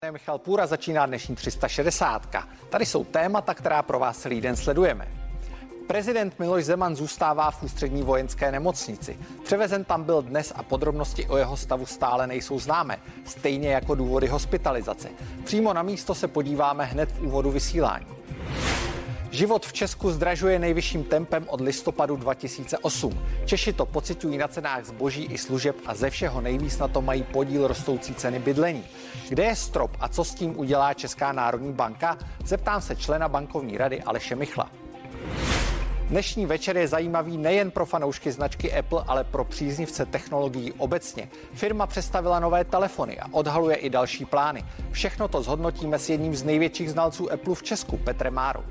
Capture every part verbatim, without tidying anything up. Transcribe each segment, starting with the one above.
Michal Půra, začíná dnešní tři sta šedesát. Tady jsou témata, která pro vás celý den sledujeme. Prezident Miloš Zeman zůstává v ústřední vojenské nemocnici. Převezen tam byl dnes a podrobnosti o jeho stavu stále nejsou známé, stejně jako důvody hospitalizace. Přímo na místo se podíváme hned v úvodu vysílání. Život v Česku zdražuje nejvyšším tempem od listopadu dva tisíce osm. Češi to pociťují na cenách zboží i služeb a ze všeho nejvíc na to mají podíl rostoucí ceny bydlení. Kde je strop a co s tím udělá Česká národní banka? Zeptám se člena bankovní rady Aleše Michla. Dnešní večer je zajímavý nejen pro fanoušky značky Apple, ale pro příznivce technologií obecně. Firma představila nové telefony a odhaluje i další plány. Všechno to zhodnotíme s jedním z největších znalců Apple v Česku, Petrem Márou.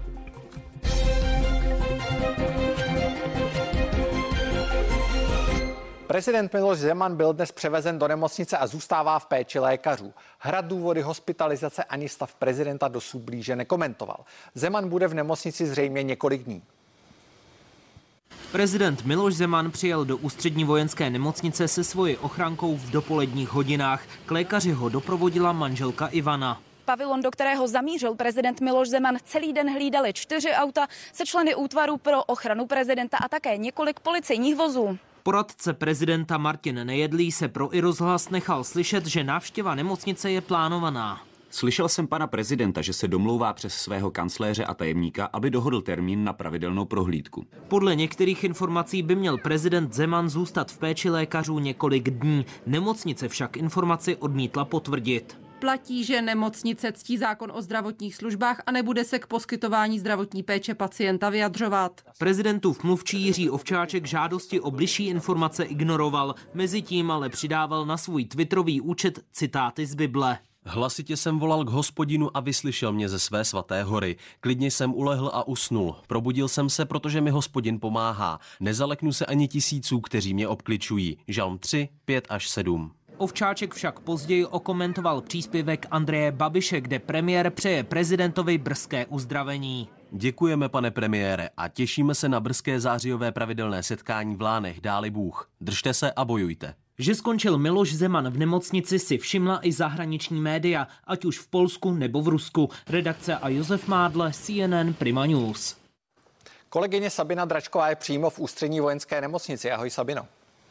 Prezident Miloš Zeman byl dnes převezen do nemocnice a zůstává v péči lékařů. Hrad, důvody hospitalizace ani stav prezidenta dosud blíže nekomentoval. Zeman bude v nemocnici zřejmě několik dní. Prezident Miloš Zeman přijel do ústřední vojenské nemocnice se svojí ochrankou v dopoledních hodinách. K lékaři ho doprovodila manželka Ivana. Pavilon, do kterého zamířil prezident Miloš Zeman, celý den hlídali čtyři auta se členy útvaru pro ochranu prezidenta a také několik policejních vozů. Poradce prezidenta Martin Nejedlý se pro iRozhlas nechal slyšet, že návštěva nemocnice je plánovaná. Slyšel jsem pana prezidenta, že se domlouvá přes svého kancléře a tajemníka, aby dohodl termín na pravidelnou prohlídku. Podle některých informací by měl prezident Zeman zůstat v péči lékařů několik dní. Nemocnice však informaci odmítla potvrdit. Platí, že nemocnice ctí zákon o zdravotních službách a nebude se k poskytování zdravotní péče pacienta vyjadřovat. Prezidentův mluvčí Jiří Ovčáček žádosti o bližší informace ignoroval. Mezitím ale přidával na svůj twitterový účet citáty z Bible. Hlasitě jsem volal k Hospodinu a vyslyšel mě ze své svaté hory. Klidně jsem ulehl a usnul. Probudil jsem se, protože mi Hospodin pomáhá. Nezaleknu se ani tisíců, kteří mě obkličují. Žalm tři, pět až sedm. Ovčáček však později okomentoval příspěvek Andreje Babiše, kde premiér přeje prezidentovi brzké uzdravení. Děkujeme, pane premiére, a těšíme se na brzké zářijové pravidelné setkání v Lánech, dáli Bůh. Držte se a bojujte. Že skončil Miloš Zeman v nemocnici, si všimla i zahraniční média, ať už v Polsku nebo v Rusku. Redakce a Josef Mádle, C N N Prima News. Kolegyně Sabina Dračková je přímo v ústřední vojenské nemocnici. Ahoj, Sabino.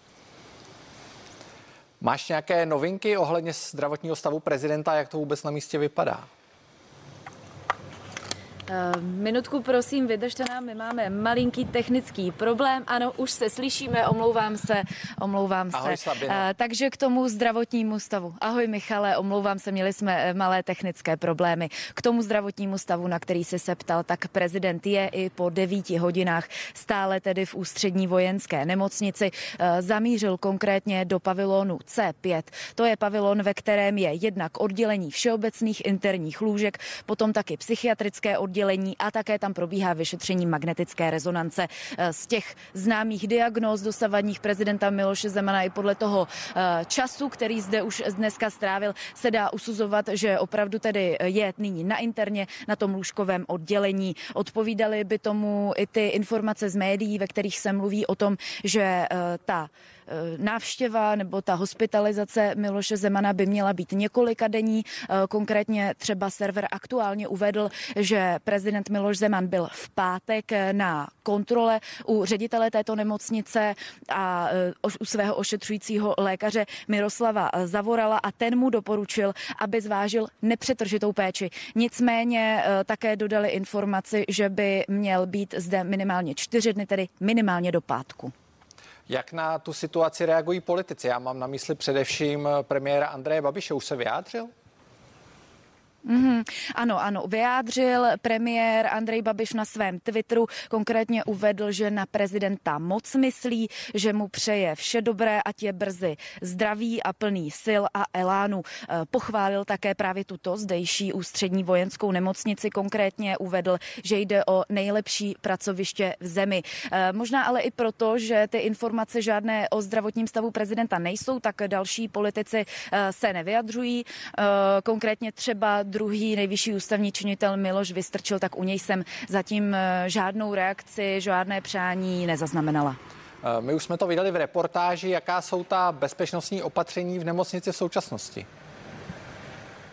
Máš nějaké novinky ohledně zdravotního stavu prezidenta, jak to vůbec na místě vypadá? Minutku, prosím, vydržte nám, my máme malinký technický problém. Ano, už se slyšíme, omlouvám se, omlouvám Ahoj, se. Sabino. Takže k tomu zdravotnímu stavu. Ahoj, Michale, omlouvám se, měli jsme malé technické problémy. K tomu zdravotnímu stavu, na který jsi se ptal, tak prezident je i po devíti hodinách stále tedy v ústřední vojenské nemocnici. Zamířil konkrétně do pavilonu C pět. To je pavilon, ve kterém je jednak oddělení všeobecných interních lůžek, potom taky psychiatrické oddělení a také tam probíhá vyšetření magnetické rezonance. Z těch známých diagnóz dosavadních prezidenta Miloše Zemana i podle toho času, který zde už dneska strávil, se dá usuzovat, že opravdu tedy je nyní na interně na tom lůžkovém oddělení. Odpovídaly by tomu i ty informace z médií, ve kterých se mluví o tom, že ta návštěva nebo ta hospitalizace Miloše Zemana by měla být několika denní. Konkrétně třeba server Aktuálně uvedl, že prezident Miloš Zeman byl v pátek na kontrole u ředitele této nemocnice a u svého ošetřujícího lékaře Miroslava Zavorala a ten mu doporučil, aby zvážil nepřetržitou péči. Nicméně také dodali informaci, že by měl být zde minimálně čtyři dny, tedy minimálně do pátku. Jak na tu situaci reagují politici? Já mám na mysli především premiéra Andreje Babiše. Už se vyjádřil? Mm, ano, ano, vyjádřil premiér Andrej Babiš na svém Twitteru, konkrétně uvedl, že na prezidenta moc myslí, že mu přeje vše dobré, ať je brzy zdravý a plný sil a elánu. Pochválil také právě tuto zdejší ústřední vojenskou nemocnici, konkrétně uvedl, že jde o nejlepší pracoviště v zemi. Možná ale i proto, že ty informace žádné o zdravotním stavu prezidenta nejsou, tak další politici se nevyjadřují. Konkrétně třeba druhý nejvyšší ústavní činitel Miloš Vystrčil, tak u něj jsem zatím žádnou reakci, žádné přání nezaznamenala. My už jsme to viděli v reportáži, jaká jsou ta bezpečnostní opatření v nemocnici v současnosti.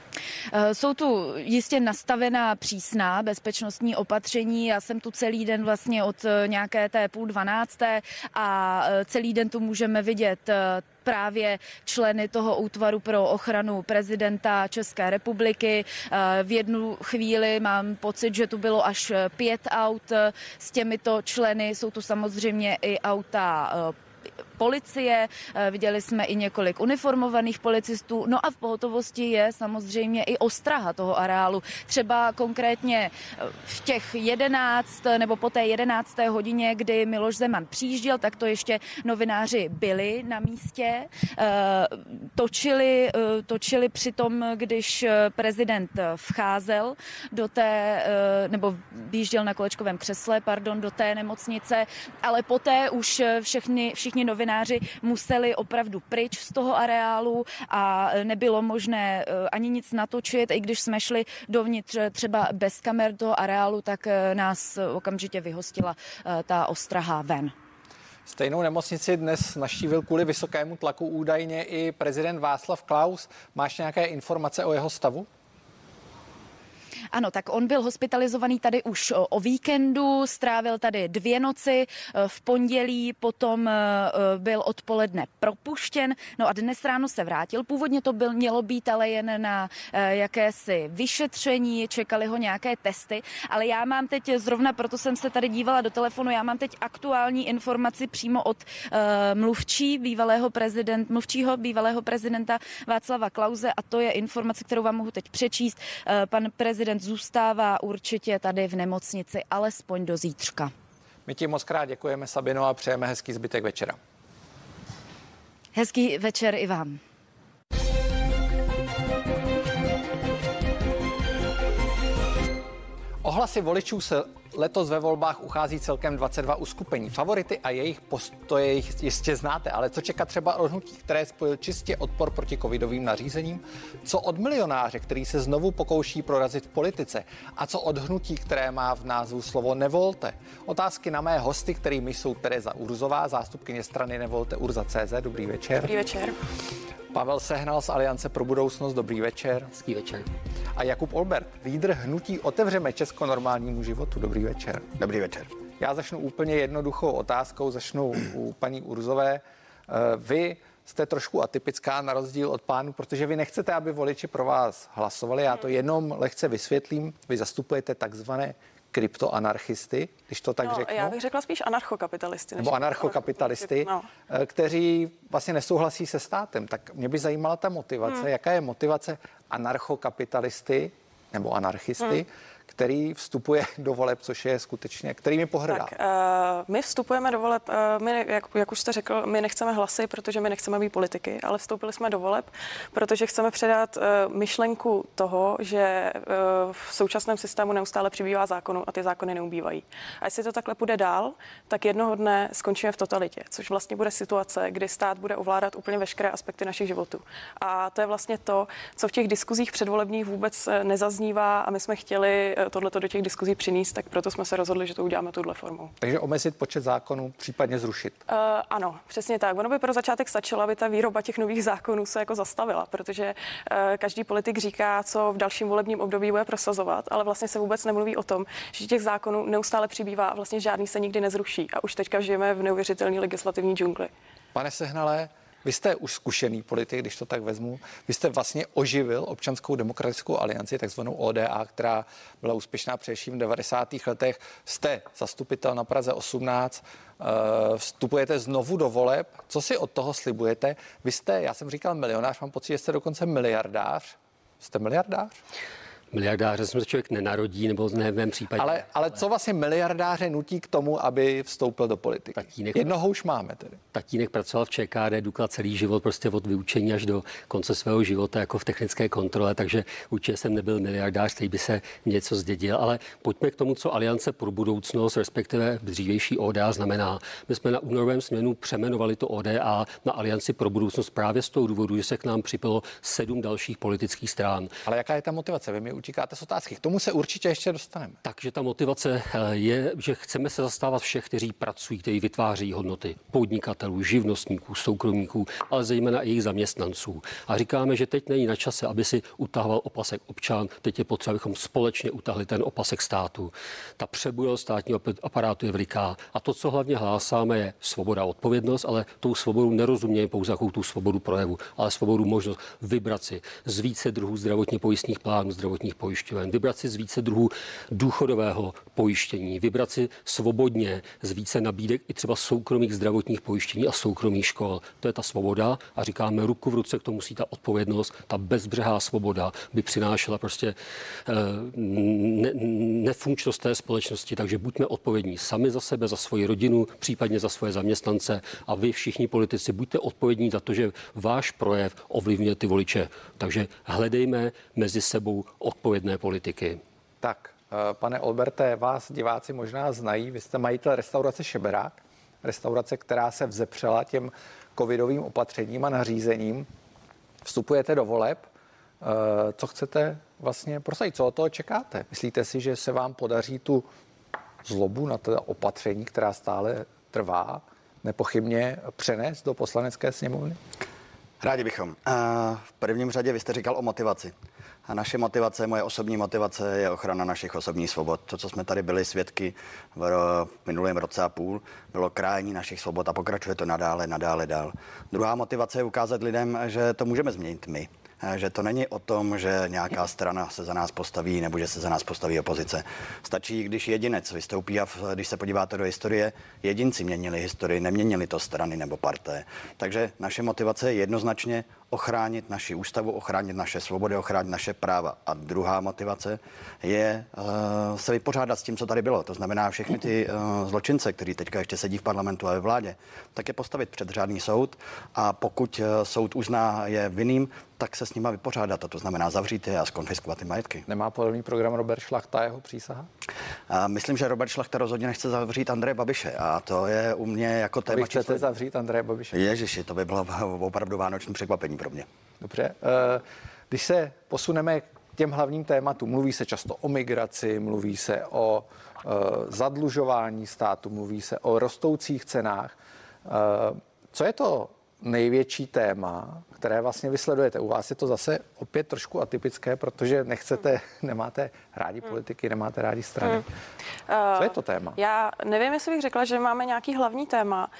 Jsou tu jistě nastavená přísná bezpečnostní opatření. Já jsem tu celý den vlastně od nějaké té půl dvanácté a celý den tu můžeme vidět právě členy toho útvaru pro ochranu prezidenta České republiky. V jednu chvíli mám pocit, že tu bylo až pět aut s těmito členy. Jsou tu samozřejmě i auta policie, viděli jsme i několik uniformovaných policistů, no a v pohotovosti je samozřejmě i ostraha toho areálu. Třeba konkrétně v těch jedenáct nebo po té jedenácté hodině, kdy Miloš Zeman přijížděl, tak to ještě novináři byli na místě, točili, točili při tom, když prezident vcházel do té, nebo výjížděl na kolečkovém křesle, pardon, do té nemocnice, ale poté už všechny, všichni novináři museli opravdu pryč z toho areálu a nebylo možné ani nic natočit. I když jsme šli dovnitř třeba bez kamer toho areálu, tak nás okamžitě vyhostila ta ostraha ven. Stejnou nemocnici dnes navštívil kvůli vysokému tlaku údajně i prezident Václav Klaus. Máš nějaké informace o jeho stavu? Ano, tak on byl hospitalizovaný tady už o víkendu, strávil tady dvě noci, v pondělí potom byl odpoledne propuštěn, no a dnes ráno se vrátil. Původně to byl, mělo být ale jen na jakési vyšetření, čekali ho nějaké testy, ale já mám teď zrovna, proto jsem se tady dívala do telefonu, já mám teď aktuální informaci přímo od uh, mluvčí bývalého prezident, mluvčího bývalého prezidenta Václava Klause a to je informace, kterou vám mohu teď přečíst. Uh, pan prezident zůstává určitě tady v nemocnici alespoň do zítřka. My ti moc krát děkujeme, Sabino, a přejeme hezký zbytek večera. Hezký večer i vám. O hlasy voličů se letos ve volbách uchází celkem dvacet dva uskupení. Favority a jejich postoje jistě znáte, ale co čekat třeba od hnutí, které spojil čistě odpor proti covidovým nařízením? Co od milionáře, který se znovu pokouší prorazit v politice? A co od hnutí, které má v názvu slovo Nevolte? Otázky na mé hosty, kterými jsou Tereza Urzová, zástupkyně strany Nevolte Urza tečka cé zet. Dobrý večer. Dobrý večer. Pavel Sehnal z Aliance pro budoucnost. Dobrý večer. Hezký večer. A Jakub Olbert, lídr hnutí Otevřeme Česko normálnímu životu. Dobrý večer. Dobrý večer. Já začnu úplně jednoduchou otázkou, začnu u paní Urzové. Vy jste trošku atypická na rozdíl od pánů, protože vy nechcete, aby voliči pro vás hlasovali. Já to jenom lehce vysvětlím. Vy zastupujete takzvané kryptoanarchisty, když to tak no, řeknu. Já bych řekla spíš anarchokapitalisty. Nebo anarchokapitalisty, no. kteří vlastně nesouhlasí se státem. Tak mě by zajímala ta motivace. Hmm. Jaká je motivace anarchokapitalisty nebo anarchisty, hmm. který vstupuje do voleb, což je skutečně, který mi pohrdá. Tak, uh, my vstupujeme do voleb, uh, my, jak, jak už jste řekl, my nechceme hlasy, protože my nechceme být politiky, ale vstoupili jsme do voleb, protože chceme předat uh, myšlenku toho, že uh, v současném systému neustále přibývá zákonů a ty zákony neubývají. A jestli to takhle půjde dál, tak jednoho dne skončíme v totalitě, což vlastně bude situace, kdy stát bude ovládat úplně veškeré aspekty našich životů. A to je vlastně to, co v těch diskuzích předvolebních vůbec nezaznívá a my jsme chtěli tohleto do těch diskuzí přinést, tak proto jsme se rozhodli, že to uděláme touhle formou. Takže omezit počet zákonů, případně zrušit. Uh, ano, přesně tak. Ono by pro začátek stačilo, aby ta výroba těch nových zákonů se jako zastavila, protože uh, každý politik říká, co v dalším volebním období bude prosazovat, ale vlastně se vůbec nemluví o tom, že těch zákonů neustále přibývá a vlastně žádný se nikdy nezruší. A už teďka žijeme v neuvěřitelné legislativní džungli. Pane Sehnale, vy jste už zkušený politik, když to tak vezmu. Vy jste vlastně oživil Občanskou demokratickou alianci, takzvanou O D A, která byla úspěšná především v devadesátých letech. Jste zastupitel na Praze osmnáct, vstupujete znovu do voleb. Co si od toho slibujete? Vy jste, já jsem říkal milionář, mám pocit, že jste dokonce miliardář. Jste miliardář? Miliardáře se člověk nenarodí, nebo ne v mém případě. Ale, ale co vlastně miliardáře nutí k tomu, aby vstoupil do politiky? Tatínek, Jednoho už máme tedy. Tatínek pracoval v Č K D, Dukla celý život, prostě od vyučení až do konce svého života jako v technické kontrole, takže určitě jsem nebyl miliardář, který by se něco zdědil, ale pojďme k tomu, co Aliance pro budoucnost, respektive dřívější O D A znamená. My jsme na únorovém směnu přemenovali to O D A na Alianci pro budoucnost právě z toho důvodu, že se k nám připilo sedm dalších politických stran. Ale jaká je ta motivace? Vy mi utíkáte z otázky. K tomu se určitě ještě dostaneme. Takže ta motivace je, že chceme se zastávat všech, kteří pracují, kteří vytváří hodnoty. Podnikatelů, živnostníků, soukromníků, ale zejména i jejich zaměstnanců. A říkáme, že teď není na čase, aby si utahoval opasek občan, teď je potřeba, abychom společně utahli ten opasek státu. Ta přebujelost státního aparátu je veliká. A to, co hlavně hlásáme, je svoboda a odpovědnost, ale tou svobodu nerozumějí pouze jako tu svobodu projevu, ale svobodu možnost vybrat si z více druhů zdravotně pojistných plánů, zdravotních pojišťoven, vybrat si z více druhů důchodového pojištění, vybrat si svobodně z více nabídek i třeba soukromých zdravotních pojištění a soukromých škol. To je ta svoboda a říkáme, ruku v ruce k tomu musí ta odpovědnost, ta bezbřehá svoboda by přinášela prostě ne, nefunkčnost té společnosti, takže buďme odpovědní sami za sebe, za svoji rodinu, případně za svoje zaměstnance a vy všichni politici buďte odpovědní za to, že váš projev ovlivňuje ty voliče. Takže hledejme mezi sebou odpovědné politiky. Tak, pane Olberte, vás diváci možná znají, vy jste majitel restaurace Šeberák, restaurace, která se vzepřela těm covidovým opatřením a nařízením. Vstupujete do voleb. Co chcete vlastně prosadit? Co od toho čekáte? Myslíte si, že se vám podaří tu zlobu na to opatření, která stále trvá, nepochybně přenést do Poslanecké sněmovny? Rádi bychom. V prvním řadě vy jste říkal o motivaci. A naše motivace, moje osobní motivace je ochrana našich osobních svobod. To, co jsme tady byli svědky v minulém roce a půl, bylo krájení našich svobod a pokračuje to nadále, nadále dál. Druhá motivace je ukázat lidem, že to můžeme změnit my. Že to není o tom, že nějaká strana se za nás postaví nebo že se za nás postaví opozice. Stačí, když jedinec vystoupí a když se podíváte do historie, jedinci měnili historii, neměnili to strany nebo parté. Takže naše motivace je jednoznačně ochránit naši ústavu, ochránit naše svobody, ochránit naše práva. A druhá motivace je uh, se vypořádat s tím, co tady bylo. To znamená všechny ty uh, zločince, kteří teďka ještě sedí v parlamentu a ve vládě, tak je postavit před řádný soud a pokud uh, soud uzná je vinným, tak se s nima vypořádat. A to znamená zavřít je a zkonfiskovat ty majetky. Nemá podobný program Robert Šlachta a jeho přísaha? A myslím, že Robert Šlachta rozhodně nechce zavřít Andreje Babiše. A to je u mě jako téma. Vy chcete číslo... zavřít Andreje Babiše? Ježiši, to by bylo opravdu vánoční překvapení pro mě. Dobře. Když se posuneme k těm hlavním tématům, mluví se často o migraci, mluví se o zadlužování státu, mluví se o rostoucích cenách. Co je to největší téma, které vlastně vysledujete? U vás je to zase opět trošku atypické, protože nechcete, nemáte rádi politiky, nemáte rádi strany. Hmm. Co je to téma? Já nevím, jestli bych řekla, že máme nějaký hlavní téma.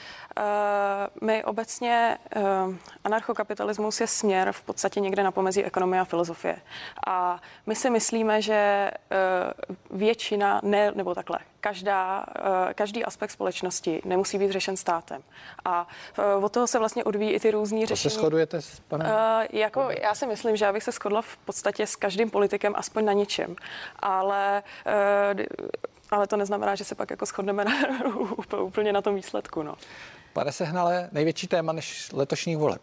My obecně anarchokapitalismus je směr v podstatě někde na pomezí ekonomie a filozofie. A my si myslíme, že většina, ne, nebo takhle, každá, každý aspekt společnosti nemusí být řešen státem. A od toho se vlastně odvíjí i ty různý řešení. To se shodujete s panem? Uh, jako, já si myslím, že já bych se shodla v podstatě s každým politikem aspoň na něčem. Ale, uh, ale to neznamená, že se pak jako shodneme na, úplně na tom výsledku. No. Pane Sehnale, největší téma než letošních voleb?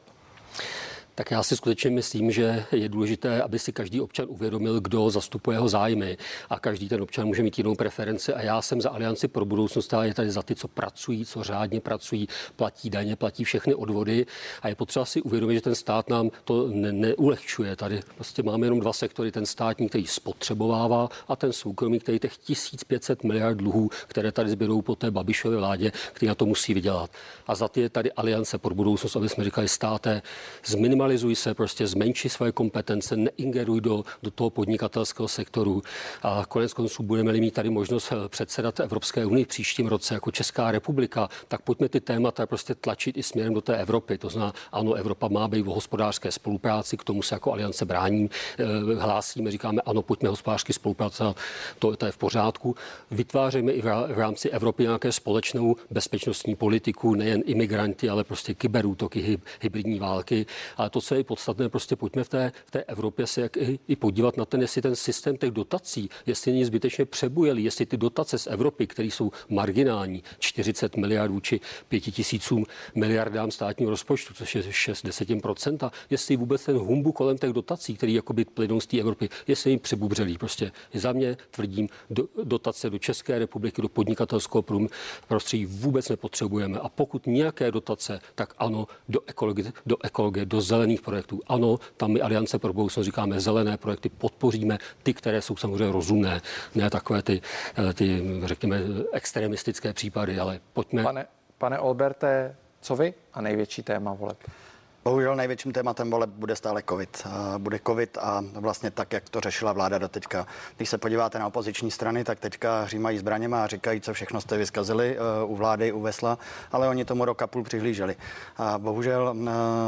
Tak já si skutečně myslím, že je důležité, aby si každý občan uvědomil, kdo zastupuje jeho zájmy. A každý ten občan může mít jinou preferenci. A já jsem za Alianci pro budoucnost, a je tady za ty, co pracují, co řádně pracují, platí daně, platí všechny odvody. A je potřeba si uvědomit, že ten stát nám to ne- neulehčuje. Tady prostě máme jenom dva sektory. Ten státní, který spotřebovává, a ten soukromý, který těch tisíc pět set miliard dluhů, které tady zbydou po té Babišově vládě, který na to musí vydělat. A za ty je tady Aliance pro budoucnost, aby jsme říkali, státe, zminimalizovat Minimalizuj se, prostě zmenši své kompetence, neingeruj do, do toho podnikatelského sektoru. A konec konců budeme-li mít tady možnost předsedat Evropské unii v příštím roce jako Česká republika, tak pojďme ty témata prostě tlačit i směrem do té Evropy. To znamená, ano, Evropa má být v hospodářské spolupráci, k tomu se jako Aliance bráníme, hlásíme, říkáme, ano, pojďme hospodářsky spolupracovat, to, to je v pořádku. Vytvářejme i v rámci Evropy nějaké společnou bezpečnostní politiku, nejen imigranty, ale prostě kyberútoky, hybridní války. A to, co je podstatné, prostě pojďme v té, v té Evropě se jak i, i podívat na ten, jestli ten systém těch dotací, jestli není zbytečně přebujelý, jestli ty dotace z Evropy, které jsou marginální, čtyřicet miliardů či pěti tisícům miliardám státního rozpočtu, což je šest desetin procenta, jestli vůbec ten humbu kolem těch dotací, který jakoby plynou z té Evropy, jestli jim přebubřelý. Prostě za mě tvrdím, do, dotace do České republiky, do podnikatelského prostředí vůbec nepotřebujeme. A pokud nějaké dotace, tak ano, do ekologie, do ekologie, do zelené zelených projektů. Ano, tam my Aliance pro budoucnost říkáme zelené projekty, podpoříme ty, které jsou samozřejmě rozumné, ne takové ty, ty řekněme, extremistické případy, ale pojďme. Pane, pane Olberte, co vy a největší téma voleb? Bohužel největším tématem voleb bude stále covid. Bude covid a vlastně tak, jak to řešila vláda doteďka. Když se podíváte na opoziční strany, tak teďka hřímají zbraněma a říkají, co všechno jste vyskazili u vlády, u vesla, ale oni tomu rok a půl přihlíželi. A bohužel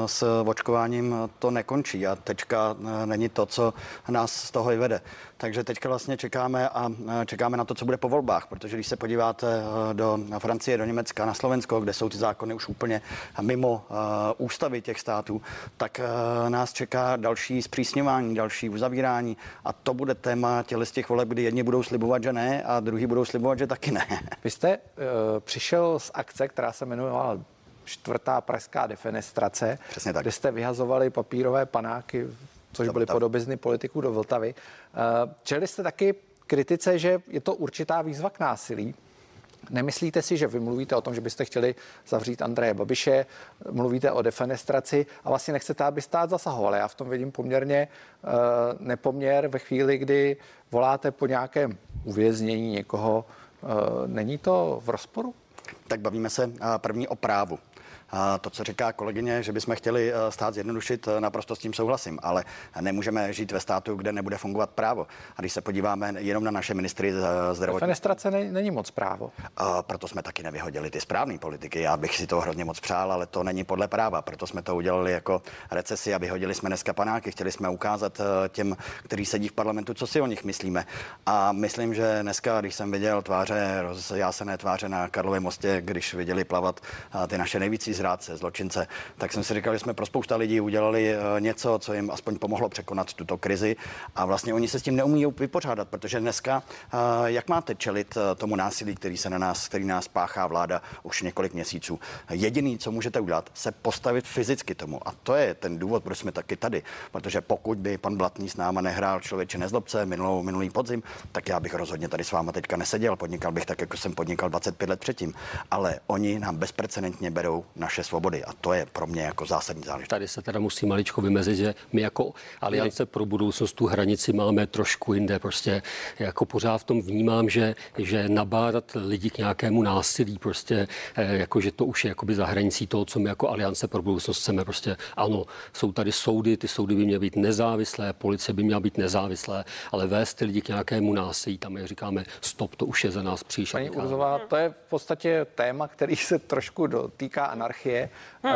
s očkováním to nekončí a teďka není to, co nás z toho i vede. Takže teďka vlastně čekáme a čekáme na to, co bude po volbách, protože když se podíváte do Francie, do Německa, na Slovensko, kde jsou ty zákony už úplně mimo ústavy těch států, tak nás čeká další zpřísňování, další uzavírání a to bude téma těchto z těch voleb, kdy jedni budou slibovat, že ne a druhý budou slibovat, že taky ne. Vy jste uh, přišel z akce, která se jmenovala čtvrtá pražská defenestrace, kde jste vyhazovali papírové panáky, což byly podobizny politiků do Vltavy. Uh, čeli jste taky kritice, že je to určitá výzva k násilí. Nemyslíte si, že vy mluvíte o tom, že byste chtěli zavřít Andreje Babiše, mluvíte o defenestraci a vlastně nechcete, aby stát zasahoval. Já v tom vidím poměrně uh, nepoměr ve chvíli, kdy voláte po nějakém uvěznění někoho. Uh, není to v rozporu? Tak bavíme se uh, první o právu. A to, co říká kolegyně, že bychom chtěli stát zjednodušit, naprosto s tím souhlasím, ale nemůžeme žít ve státu, kde nebude fungovat právo. A když se podíváme jenom na naše ministry zdravotnictví. Defenestrace ne, není moc právo. A proto jsme taky nevyhodili ty správné politiky. Já bych si to hrozně moc přál, ale to není podle práva. Proto jsme to udělali jako recesi a vyhodili jsme dneska panáky. Chtěli jsme ukázat těm, kteří sedí v parlamentu, co si o nich myslíme. A myslím, že dneska, když jsem viděl tváře, rozjásené tváře na Karlově mostě, když viděli plavat ty naše nejvíc zrádce, zločince, tak jsem si říkal, že jsme pro spousta lidí udělali něco, co jim aspoň pomohlo překonat tuto krizi a vlastně oni se s tím neumí vypořádat, protože dneska, jak máte čelit tomu násilí, který se na nás, který nás páchá vláda už několik měsíců. Jediný, co můžete udělat, se postavit fyzicky tomu a to je ten důvod, proč jsme taky tady, protože pokud by pan Blatný s náma nehrál Člověče nezlobce minulou, minulý podzim, tak já bych rozhodně tady s váma teďka neseděl, podnikal bych tak, jako jsem podnikal dvacet pět let předtím, ale oni nám bezprecedentně berou naše svobody a to je pro mě jako zásadní záležitost. Tady se teda musí maličko vymezit, že my jako Aliance pro budoucnost tu hranici máme trošku jinde. Prostě jako pořád v tom vnímám, že, že nabádat lidi k nějakému násilí, prostě jako, že to už je jakoby za hranicí toho, co my jako Aliance pro budoucnost chceme. Prostě ano, jsou tady soudy, ty soudy by měly být nezávislé, policie by měla být nezávislé, ale vést ty lidi k nějakému násilí, tam jak říkáme, stop, to už je za nás příliš. Paní Urzová, to je v podstatě téma, který se trošku dotýká anarchie. Hmm.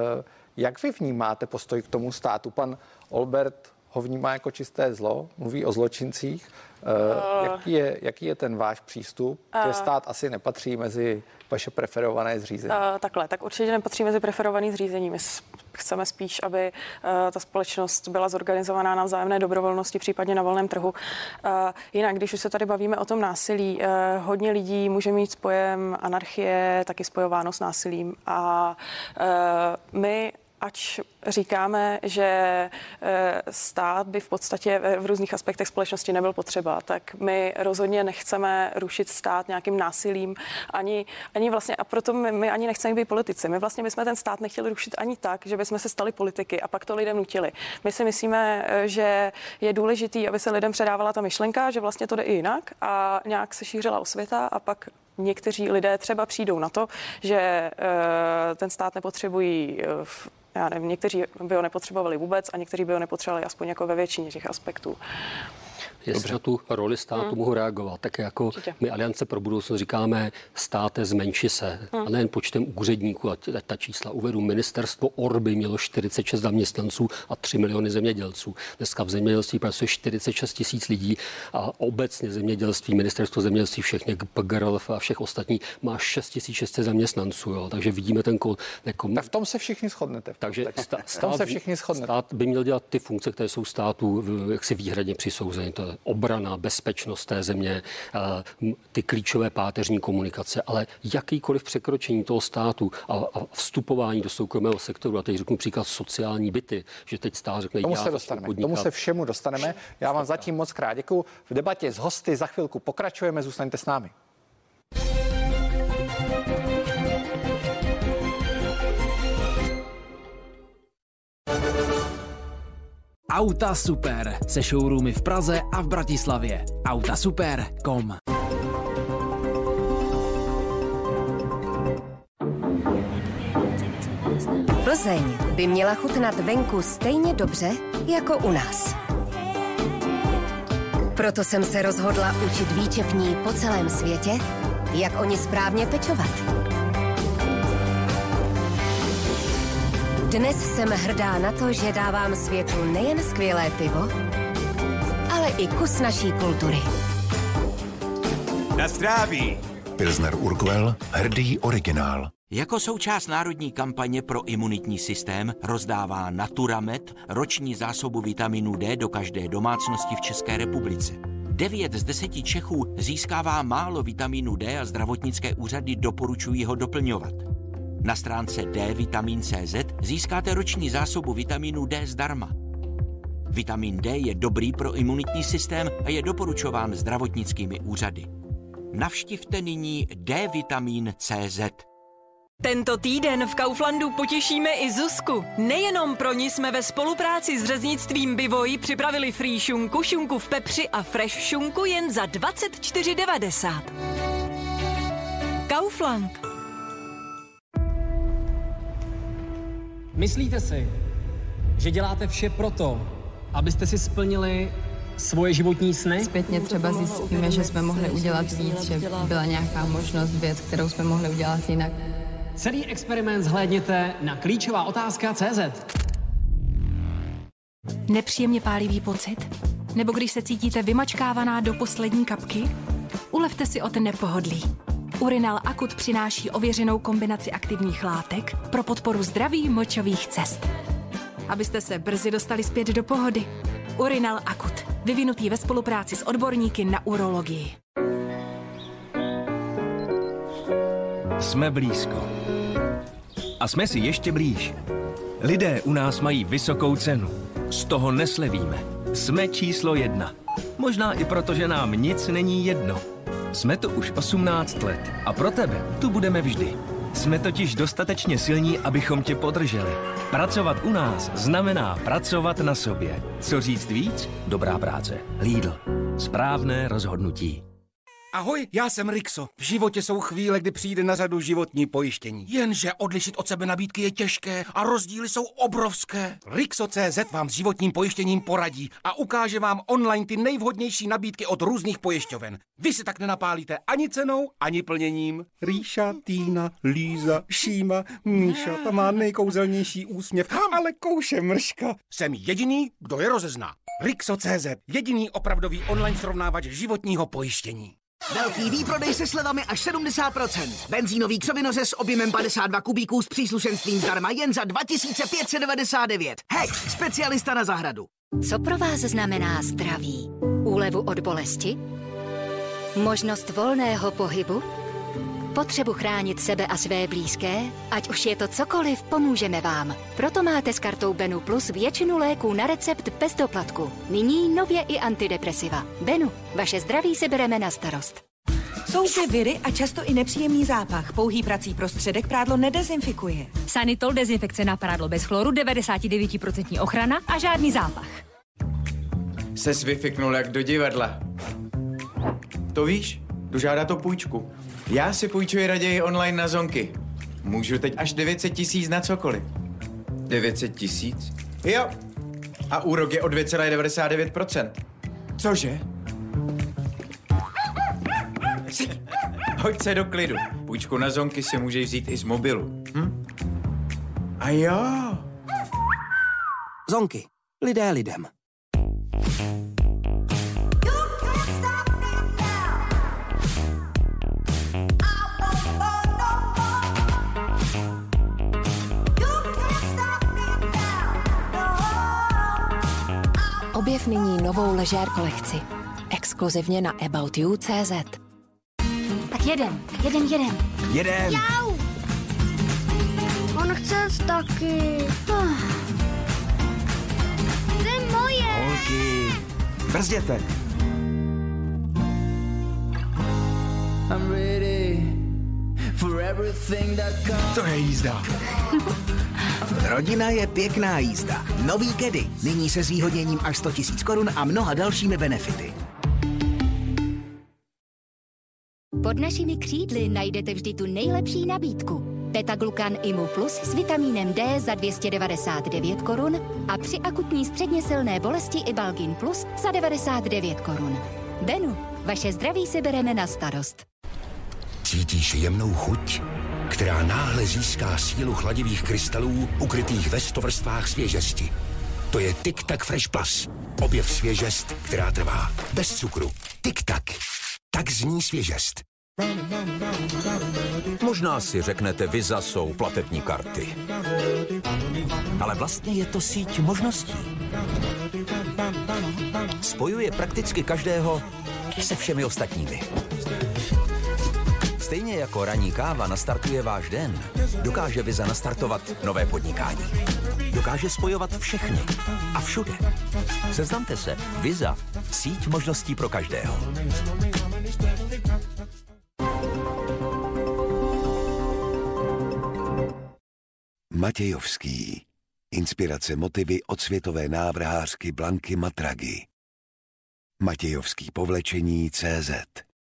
Jak vy vnímáte postoj k tomu státu? Pan Olbert ho vnímá jako čisté zlo, mluví o zločincích. Uh, jaký, je, jaký je ten váš přístup? Uh, že stát asi nepatří mezi vaše preferované zřízení. Uh, takhle, tak určitě nepatří mezi preferované zřízení. My chceme spíš, aby uh, ta společnost byla zorganizovaná na vzájemné dobrovolnosti, případně na volném trhu. Uh, jinak, když už se tady bavíme o tom násilí, uh, hodně lidí může mít s pojem anarchie taky spojováno s násilím. A uh, my ač říkáme, že stát by v podstatě v různých aspektech společnosti nebyl potřeba, tak my rozhodně nechceme rušit stát nějakým násilím, ani, ani vlastně, a proto my, my ani nechceme být politici. My vlastně bychom ten stát nechtěli rušit ani tak, že bychom se stali politiky a pak to lidem nutili. My si myslíme, že je důležitý, aby se lidem předávala ta myšlenka, že vlastně to jde i jinak a nějak se šířila osvěta a pak někteří lidé třeba přijdou na to, že ten stát nepotřebují v Já nevím, někteří by ho nepotřebovali vůbec a někteří by ho nepotřebovali aspoň jako ve většině těch aspektů. Jestli na tu roli státu hmm. mohu reagovat, tak jako Určitě. My Aliance pro budoucnost říkáme státe zmenši se hmm. a nejen počtem úředníků, a ta čísla uvedu, ministerstvo Orby mělo čtyřicet šest zaměstnanců a tři miliony zemědělců. Dneska v zemědělství pracuje čtyřicet šest tisíc lidí a obecně zemědělství, ministerstvo zemědělství, všechny P G R L a všech ostatních má šest tisíc šest set zaměstnanců. Jo. Takže vidíme ten kol. Jako... Tak v tom se všichni shodnete. Takže stát, stát, se všichni shodnete. Stát by měl dělat ty funkce, které jsou státu jaksi výhradně přisouzeny. To obrana, bezpečnost té země, ty klíčové páteřní komunikace, ale jakýkoliv překročení toho státu a, a vstupování do soukromého sektoru, a teď řeknu příklad sociální byty, že teď stát řekne, tomu já se dostaneme, tomu se všemu dostaneme. Já vám zatím moc krát děkuju. V debatě s hosty za chvilku pokračujeme, zůstaňte s námi. Auta Super se showroomy v Praze a v Bratislavě. auta super tečka com. Plzeň by měla chutnat venku stejně dobře jako u nás. Proto jsem se rozhodla učit výčepní po celém světě, jak oni správně pečovat. Dnes jsem hrdá na to, že dávám světu nejen skvělé pivo, ale i kus naší kultury. Na zdraví! Pilsner Urquell, hrdý originál. Jako součást národní kampaně pro imunitní systém rozdává Naturamed roční zásobu vitaminu D do každé domácnosti v České republice. Devět z deseti Čechů získává málo vitamínu D a zdravotnické úřady doporučují ho doplňovat. Na stránce D vitamin tečka cé zet získáte roční zásobu vitamínu D zdarma. Vitamin D je dobrý pro imunitní systém a je doporučován zdravotnickými úřady. Navštivte nyní d vitamin tečka cé zet. Tento týden v Kauflandu potěšíme i Zuzku. Nejenom pro ní jsme ve spolupráci s řeznictvím Bivoj připravili free šunku, šunku v pepři a fresh šunku jen za dvacet čtyři devadesát. Kaufland. Myslíte si, že děláte vše proto, abyste si splnili svoje životní sny? Zpětně třeba zjistíme, že jsme mohli udělat víc, že byla nějaká možnost, věc, kterou jsme mohli udělat jinak. Celý experiment zhlédněte na klíčová otázka tečka cé zet. Nepříjemně pálivý pocit? Nebo když se cítíte vymačkávaná do poslední kapky? Ulevte si od nepohodlí. Urinal Akut přináší ověřenou kombinaci aktivních látek pro podporu zdraví močových cest. Abyste se brzy dostali zpět do pohody. Urinal Akut. Vyvinutý ve spolupráci s odborníky na urologii. Jsme blízko. A jsme si ještě blíž. Lidé u nás mají vysokou cenu. Z toho neslevíme. Jsme číslo jedna. Možná i proto, že nám nic není jedno. Jsme tu už osmnáct let a pro tebe tu budeme vždy. Jsme totiž dostatečně silní, abychom tě podrželi. Pracovat u nás znamená pracovat na sobě. Co říct víc? Dobrá práce. Lidl. Správné rozhodnutí. Ahoj, já jsem Rixo. V životě jsou chvíle, kdy přijde na řadu životní pojištění. Jenže odlišit od sebe nabídky je těžké a rozdíly jsou obrovské. Rixo tečka cé zet vám s životním pojištěním poradí a ukáže vám online ty nejvhodnější nabídky od různých pojišťoven. Vy si tak nenapálíte ani cenou, ani plněním. Ríša, Týna, Líza, Šíma, Míša, ta má nejkouzelnější úsměv, ale kouše mrška. Jsem jediný, kdo je rozezná. Rixo tečka cé zet, jediný opravdový online srovnávač životního pojištění. Velký výprodej se slevami až sedmdesát procent. Benzínový křovinoře s objemem padesát dva kubíků s příslušenstvím zdarma jen za dva tisíce pět set devadesát devět. Hek, specialista na zahradu. Co pro vás znamená zdraví? Úlevu od bolesti? Možnost volného pohybu? Potřebu chránit sebe a své blízké? Ať už je to cokoliv, pomůžeme vám. Proto máte s kartou Benu Plus většinu léků na recept bez doplatku. Nyní nově i antidepresiva. Benu, vaše zdraví si bereme na starost. Jsou zde viry a často i nepříjemný zápach. Pouhý prací prostředek prádlo nedezinfikuje. Sanitol dezinfekce na prádlo bez chloru, devadesát devět procent ochrana a žádný zápach. Ses vyfiknul jak do divadla. To víš? Dožádá to půjčku. Já si půjčuji raději online na Zonky. Můžu teď až devět set tisíc na cokoliv. devět set tisíc? Jo. A úrok je o dvě celá devadesát devět procent. Cože? Hoď se do klidu. Půjčku na Zonky si můžeš vzít i z mobilu. Hm? A jo. Zonky. Lidé lidem. Objev nyní novou ležér kolekci. Exkluzivně na about you tečka cé zet. Tak jeden, jeden, jeden. Jeden. Jau! On chce taky. To je moje. Holky, brzděte. To je jízda. Rodina je pěkná jízda. Nový Kedy. Nyní se zvýhodněním až sto tisíc korun a mnoha dalšími benefity. Pod našimi křídly najdete vždy tu nejlepší nabídku. Beta-glukan Imu Plus s vitamínem D za dvě stě devadesát devět korun a při akutní středně silné bolesti Ibalgin Plus za devadesát devět korun. Benu, vaše zdraví si bereme na starost. Cítíš jemnou chuť, která náhle získá sílu chladivých krystalů ukrytých ve sto vrstvách svěžesti. To je Tic Tac Fresh Plus. Objev svěžest, která trvá. Bez cukru. Tic Tac. Tak zní svěžest. Možná si řeknete, Visa jsou platební karty. Ale vlastně je to síť možností. Spojuje prakticky každého se všemi ostatními. Stejně jako ranní káva nastartuje váš den, dokáže Visa nastartovat nové podnikání. Dokáže spojovat všechny a všude. Seznamte se. Visa. Síť možností pro každého. Matějovský. Inspirace motivy od světové návrhářky Blanky Matragy. Matějovský povlečení tečka cé zet.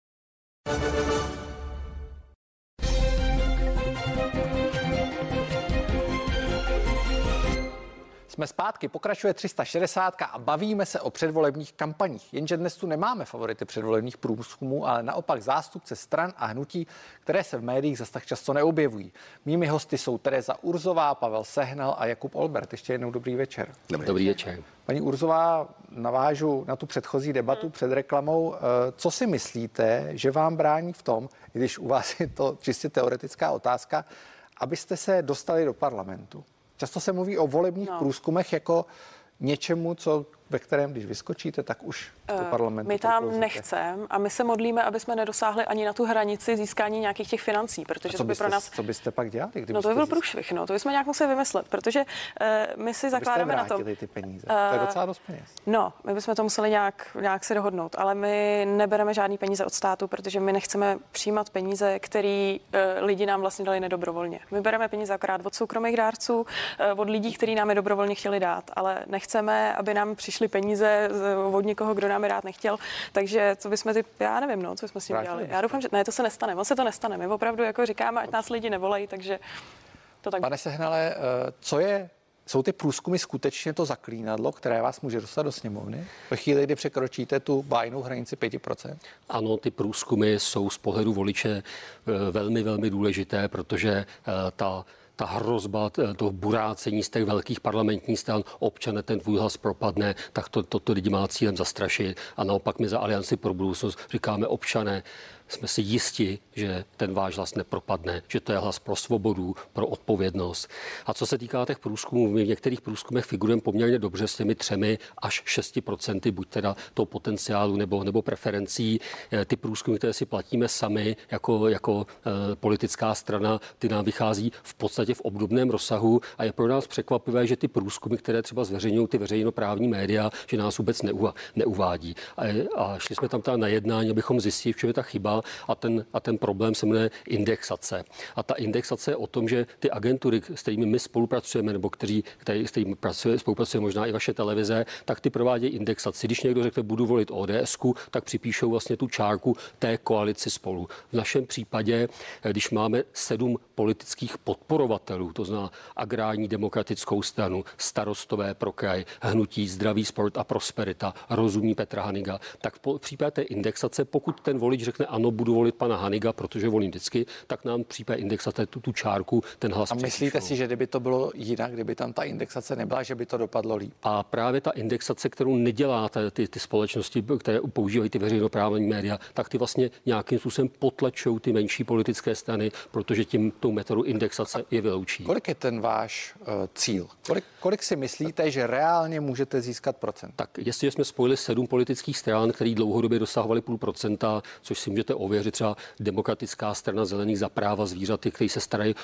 Jsme zpátky, pokračuje tři sta šedesát a bavíme se o předvolebních kampaních. Jenže dnes tu nemáme favority předvolebních průzkumů, ale naopak zástupce stran a hnutí, které se v médiích zas tak často neobjevují. Mými hosty jsou Tereza Urzová, Pavel Sehnal a Jakub Olbert. Ještě jednou dobrý večer. Dobrý, dobrý večer. Paní Urzová, navážu na tu předchozí debatu před reklamou. Co si myslíte, že vám brání v tom, i když u vás je to čistě teoretická otázka, abyste se dostali do parlamentu? Často se mluví o volebních no. průzkumech jako něčemu, co ve kterém, když vyskočíte, tak už do parlamentu. My tam nechceme a my se modlíme, aby jsme nedosáhli ani na tu hranici získání nějakých těch financí, protože to by byste, pro nás... Co byste pak dělali? No to by byl průšvih, no, to bychom nějak museli vymyslet, protože uh, my si zakládáme na tom... ty peníze, uh, to je docela dost peněz. No, my bychom to museli nějak, nějak si dohodnout, ale my nebereme žádný peníze od státu, protože my nechceme přijímat peníze, které uh, lidi nám vlastně dali nedobrovolně. My bereme peníze akorát od soukromých dárců, uh, od lidí, kteří nám je dobrovolně chtěli dát, ale nechceme, aby nám přišly peníze od někoho, kdo nám je dát nechtěl. Takže co bychom ty, já nevím, no, co jsme s tím dělali. Já doufám, že ne, to se nestane. On se to nestane. My opravdu jako říkáme, ať nás lidi nevolají, takže to tak. Pane Sehnale, co je, jsou ty průzkumy skutečně to zaklínadlo, které vás může dostat do sněmovny? Ve chvíli, kdy překročíte tu bájnou hranici pět procent? Ano, ty průzkumy jsou z pohledu voliče velmi, velmi důležité, protože ta ta hrozba toho burácení z těch velkých parlamentních stran, občane ten tvůj hlas propadne, tak to, to, to lidi má cílem zastrašit. A naopak my za Alianci pro budoucnost říkáme, občané, jsme si jisti, že ten váš hlas nepropadne, že to je hlas pro svobodu, pro odpovědnost. A co se týká těch průzkumů, my v některých průzkumech figurujeme poměrně dobře s těmi třemi až šesti procenty, buď teda toho potenciálu nebo, nebo preferencí. Ty průzkumy, které si platíme sami jako, jako eh, politická strana, ty nám vychází v podstatě v obdobném rozsahu a je pro nás překvapivé, že ty průzkumy, které třeba zveřejňují ty veřejnoprávní média, že nás vůbec neuva, neuvádí. A, a šli jsme tam teda na jednání, abychom zjistili, v čem je ta chyba. A ten, a ten problém se jmenuje indexace. A ta indexace je o tom, že ty agentury, s kterými my spolupracujeme, nebo kteří, který, s kterými pracuje, spolupracuje možná i vaše televize, tak ty provádějí indexaci. Když někdo řekne, budu volit ODSku, tak připíšou vlastně tu čárku té koalici Spolu. V našem případě, když máme sedm politických podporovatelů, to znamená Agrární demokratickou stranu, Starostové pro kraj, Hnutí Zdravý sport a prosperita, Rozumní Petra Haniga, tak v případě té indexace, pokud ten volič řekne ano, budu volit pana Haniga, protože volím vždycky, tak nám v případě indexace tu, tu čárku, ten hlas. A myslíte si, že kdyby to bylo jinak, kdyby tam ta indexace nebyla, že by to dopadlo líp? A právě ta indexace, kterou nedělá ty, ty, ty společnosti, které používají ty veřejnoprávní média, tak ty vlastně nějakým způsobem potlačují ty menší politické strany, protože tím tou metodou indexace je vyloučí. Kolik je ten váš uh, cíl? Kolik, kolik si myslíte, že reálně můžete získat procent? Tak jestli jsme spojili sedm politických stran, který dlouhodobě dosahovali půl procenta, což si můžete ověřit, třeba Demokratická strana zelených za práva zvířat, kteří se starají v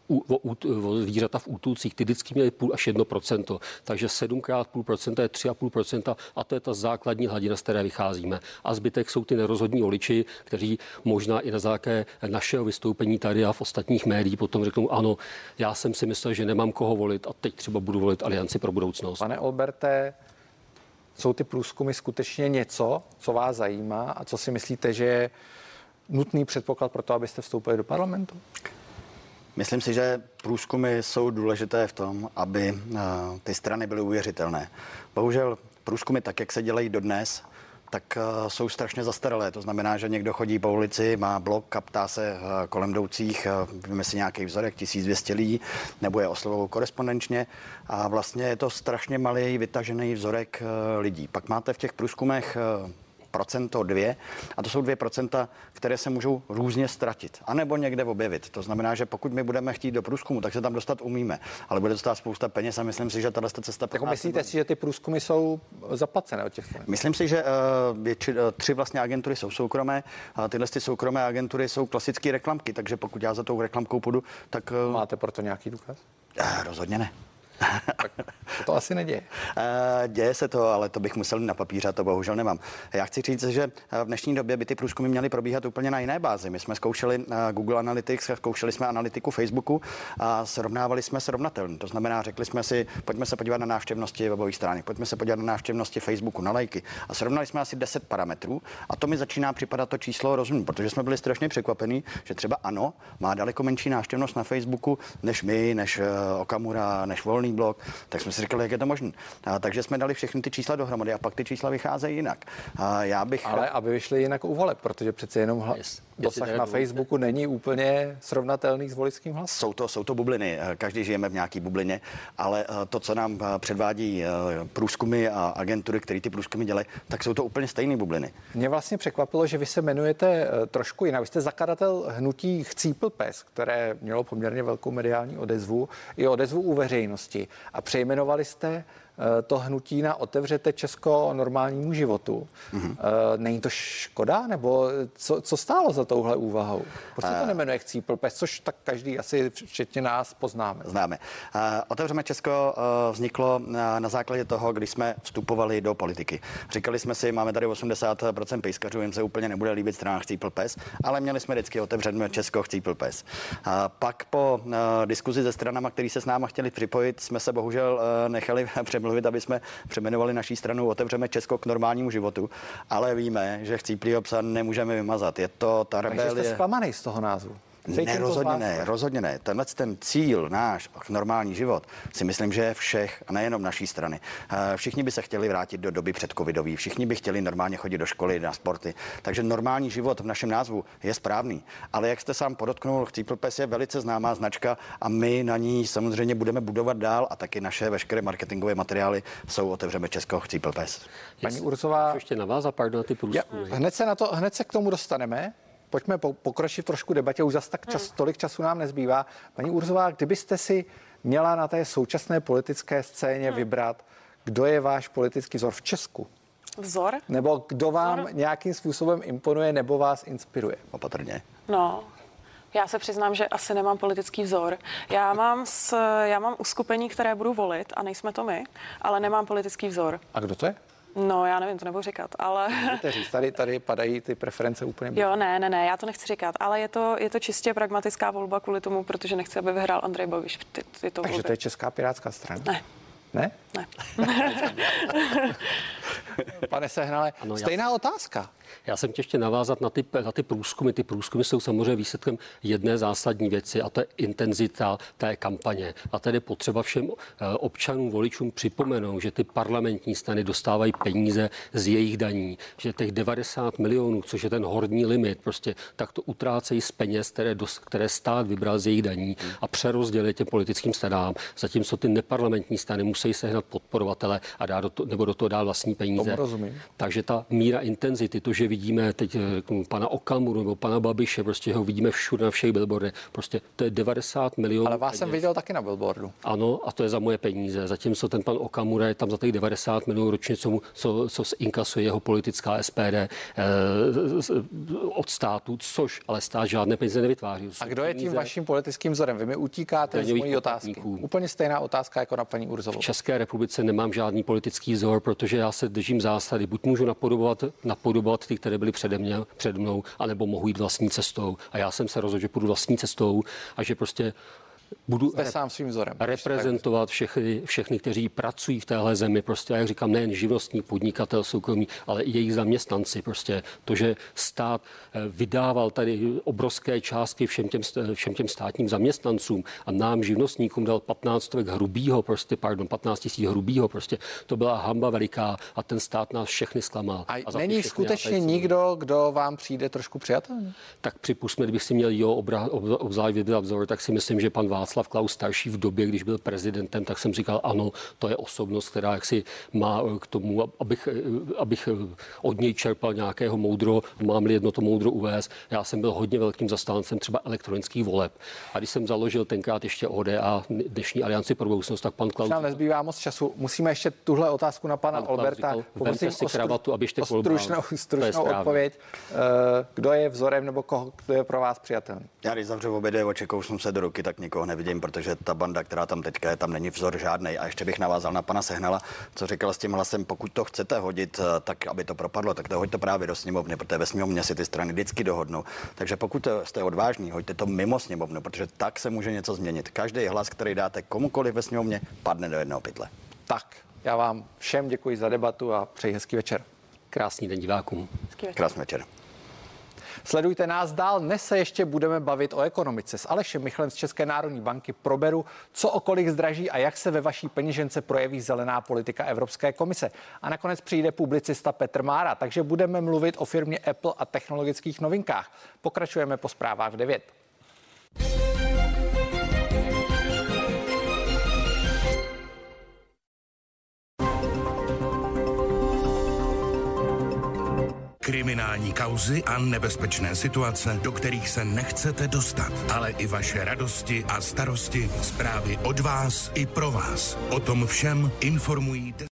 u, o, o, o zvířata v útulcích, ty vždycky měly půl až jedno procento, takže sedmkrát půl procenta je tři a půl procenta a to je ta základní hladina, z které vycházíme. A zbytek jsou ty nerozhodní voliči, kteří možná i na základě našeho vystoupení tady a v ostatních médiích potom řeknou, ano, já jsem si myslel, že nemám koho volit a teď třeba budu volit Alianci pro budoucnost. Pane Olberte, jsou ty průzkumy skutečně něco, co vás zajímá a co si myslíte, že je nutný předpoklad pro to, abyste vstoupili do parlamentu? Myslím si, že průzkumy jsou důležité v tom, aby uh, ty strany byly uvěřitelné. Bohužel průzkumy, tak jak se dělají dodnes, tak uh, jsou strašně zastaralé. To znamená, že někdo chodí po ulici, má blok a ptá se uh, kolem jdoucích, uh, víme si nějaký vzorek, tisíc dvě stě lidí, nebo je oslovou korespondenčně a vlastně je to strašně malý vytažený vzorek uh, lidí. Pak máte v těch průzkumech uh, procento dvě a to jsou dvě procenta, které se můžou různě ztratit anebo někde objevit. To znamená, že pokud my budeme chtít do průzkumu, tak se tam dostat umíme, ale bude to stát spousta peněz a myslím si, že tato cesta... Jako myslíte si, že ty průzkumy jsou zaplacené od těch firm? Myslím si, že uh, či, uh, tři vlastně agentury jsou soukromé a tyhle ty soukromé agentury jsou klasické reklamky, takže pokud já za tou reklamkou půjdu, tak... Uh, Máte proto nějaký důkaz? Uh, rozhodně ne. Tak to asi neděje. Děje se to, ale to bych musel na papíře, to bohužel nemám. Já chci říct, že v dnešní době by ty průzkumy měly probíhat úplně na jiné bázi. My jsme zkoušeli Google Analytics, zkoušeli jsme analytiku Facebooku a srovnávali jsme srovnatelně. To znamená, řekli jsme si, pojďme se podívat na návštěvnosti webových stránek, pojďme se podívat na návštěvnosti Facebooku, na lajky. A srovnali jsme asi deset parametrů a to mi začíná připadat to číslo rozumné, protože jsme byli strašně překvapení, že třeba ANO má daleko menší návštěvnost na Facebooku než my, než Okamura, než Volný blok, tak jsme si říkali, jak je to možné. Takže jsme dali všechny ty čísla dohromady a pak ty čísla vycházejí jinak. A já bych... Ale aby vyšly jinak u voleb, protože přece jenom hla... yes. dosah na Facebooku není úplně srovnatelný s voličským hlasem. Jsou to, jsou to bubliny, každý žijeme v nějaký bublině, ale to, co nám předvádí průzkumy a agentury, které ty průzkumy dělají, tak jsou to úplně stejné bubliny. Mě vlastně překvapilo, že vy se jmenujete trošku jinak. Vy jste zakladatel hnutí Chcípl pes, které mělo poměrně velkou mediální odezvu i odezvu u veřejnosti. A přejmenovali jste to hnutí na Otevřete Česko normálnímu životu. Mm-hmm. Není to škoda? Nebo co, co stálo za touhle úvahou? Proč se to nejmenuje Chcípl pes, což tak každý asi včetně nás poznáme? Známe. Otevřeme Česko vzniklo na základě toho, když jsme vstupovali do politiky. Říkali jsme si, máme tady osmdesát procent pejskařů, jim se úplně nebude líbit strana Chcípl pes, ale měli jsme vždycky Otevřeme Česko Chcípl pes. Pak po diskuzi se stranama, který se s náma chtěli připojit, jsme se bohužel nechali přemluvit, aby jsme přejmenovali naší stranu Otevřeme Česko k normálnímu životu, ale víme, že Chcíplýho psa nemůžeme vymazat. Je to ta rebelie. Takže jste zklamaný z toho názvu? Ne, rozhodně ne, rozhodně ne. Tenhle ten cíl náš, normální život, si myslím, že je všech, a nejenom naší strany. Všichni by se chtěli vrátit do doby předcovidový, všichni by chtěli normálně chodit do školy, na sporty. Takže normální život v našem názvu je správný. Ale jak jste sám podotknul, Chcípl pes je velice známá značka a my na ní samozřejmě budeme budovat dál a taky naše veškeré marketingové materiály jsou Otevřeme Česko Chcípl pes. Paní Urzová, ještě na vás a pardon, ty průzkumy. Hned se na to, hned se k tomu dostaneme. Pojďme pokročit trošku debatě, už zas tak čas, tolik času nám nezbývá. Paní Urzová, kdybyste si měla na té současné politické scéně hmm. vybrat, kdo je váš politický vzor v Česku? Vzor? Nebo kdo vám vzor? nějakým způsobem imponuje nebo vás inspiruje? Opatrně. No, já se přiznám, že asi nemám politický vzor. Já mám, s, já mám uskupení, které budu volit a nejsme to my, ale nemám politický vzor. A kdo to je? No, já nevím, to nebudu říkat, ale... Můžete říct, tady, tady padají ty preference úplně... Jo, ne, ne, ne, já to nechci říkat, ale je to, je to čistě pragmatická volba kvůli tomu, protože nechci, aby vyhrál Andrej Babiš. Ty, ty to Takže volby. to je Česká pirátská strana? Ne. Ne? Ne. Pane Sehnale, ano, stejná já, otázka. Já jsem chtěl ještě navázat na ty, na ty průzkumy. Ty průzkumy jsou samozřejmě výsledkem jedné zásadní věci a to je intenzita té kampaně. A tedy potřeba všem občanům, voličům připomenout, že ty parlamentní strany dostávají peníze z jejich daní, že těch devadesát milionů, což je ten horní limit, prostě tak to utrácejí z peněz, které, dos, které stát vybral z jejich daní a přerozdělí těm politickým stranám, zatímco ty neparlamentní strany musí sehnat podporovatele a dát do to, nebo do toho dát vlastní peníze. peníze. Takže ta míra intenzity, to, že vidíme teď pana Okamuru nebo pana Babiše, prostě ho vidíme všude na všech billboardech, prostě to je devadesát milionů. Ale vás peněz. Jsem viděl taky na billboardu. Ano, a to je za moje peníze. Zatímco ten pan Okamura je tam za těch devadesát milionů ročně, co, co, co inkasuje jeho politická S P D eh, od státu, což ale stát žádné peníze nevytváří. A kdo je tím vaším politickým vzorem? Vy mi utíkáte z mojí otázky. Úplně stejná otázka jako na paní Urzovou. V České republice nemám žádný politický vzor, protože já se držím zásady. Buď můžu napodobovat, napodobovat ty, které byly přede mě, před mnou, anebo mohu jít vlastní cestou. A já jsem se rozhodl, že půjdu vlastní cestou a že prostě budu rep- sám svým vzorem. reprezentovat všechny, všechny, kteří pracují v téhle zemi. Prostě, jak říkám, nejen živnostník, podnikatel, soukromí, ale i jejich zaměstnanci. Prostě to, že stát vydával tady obrovské částky všem těm, všem těm státním zaměstnancům a nám, živnostníkům, dal patnáct stovek hrubýho, prostě, pardon, patnáct tisíc hrubýho, prostě to byla hamba veliká a ten stát nás všechny zklamal. A, a není skutečně nikdo, kdo vám přijde trošku přijatelný? Tak připustme, kdybych si měl jo obra, ob, obzvlášť vybrat vzor, tak si myslím, že pan Václav Klaus starší v době, když byl prezidentem, tak jsem říkal, ano, to je osobnost, která jaksi má k tomu, abych, abych od něj čerpal nějakého moudro, mám-li jedno to moudro uvést. Já jsem byl hodně velkým zastáncem třeba elektronických voleb. A když jsem založil tenkrát ještě O D A, dnešní Alianci pro budoucnost, tak pan Klaus... Nám nezbývá moc času. Musíme ještě tuhle otázku na pana Alberta. Poprosím si kravatu, abyste stručnou, stručnou odpověď. Kdo je vzorem nebo koho, kdo je pro vás přijatelný? Já když zavřu obě dvě oči, kousnu se do ruky, tak nikoho nevidím, protože ta banda, která tam teďka je, tam není vzor žádnej. A ještě bych navázal na pana Sehnala, co říkal s tím hlasem, pokud to chcete hodit, tak aby to propadlo, tak to hoďte právě do sněmovny, protože ve sněmovně si ty strany vždycky dohodnou. Takže pokud jste odvážní, hoďte to mimo sněmovnu, protože tak se může něco změnit. Každý hlas, který dáte komukoliv ve sněmovně, padne do jednoho pytle. Tak, já vám všem děkuji za debatu a přeji hezký večer. Krásný den divákům. Krásný večer. Sledujte nás dál, dnes se ještě budeme bavit o ekonomice. S Alešem Michlem z České národní banky proberu, co o kolik zdraží a jak se ve vaší peněžence projeví zelená politika Evropské komise. A nakonec přijde publicista Petr Mára, takže budeme mluvit o firmě Apple a technologických novinkách. Pokračujeme po zprávách v devět. Kriminální kauzy a nebezpečné situace, do kterých se nechcete dostat, ale i vaše radosti a starosti, zprávy od vás i pro vás. O tom všem informují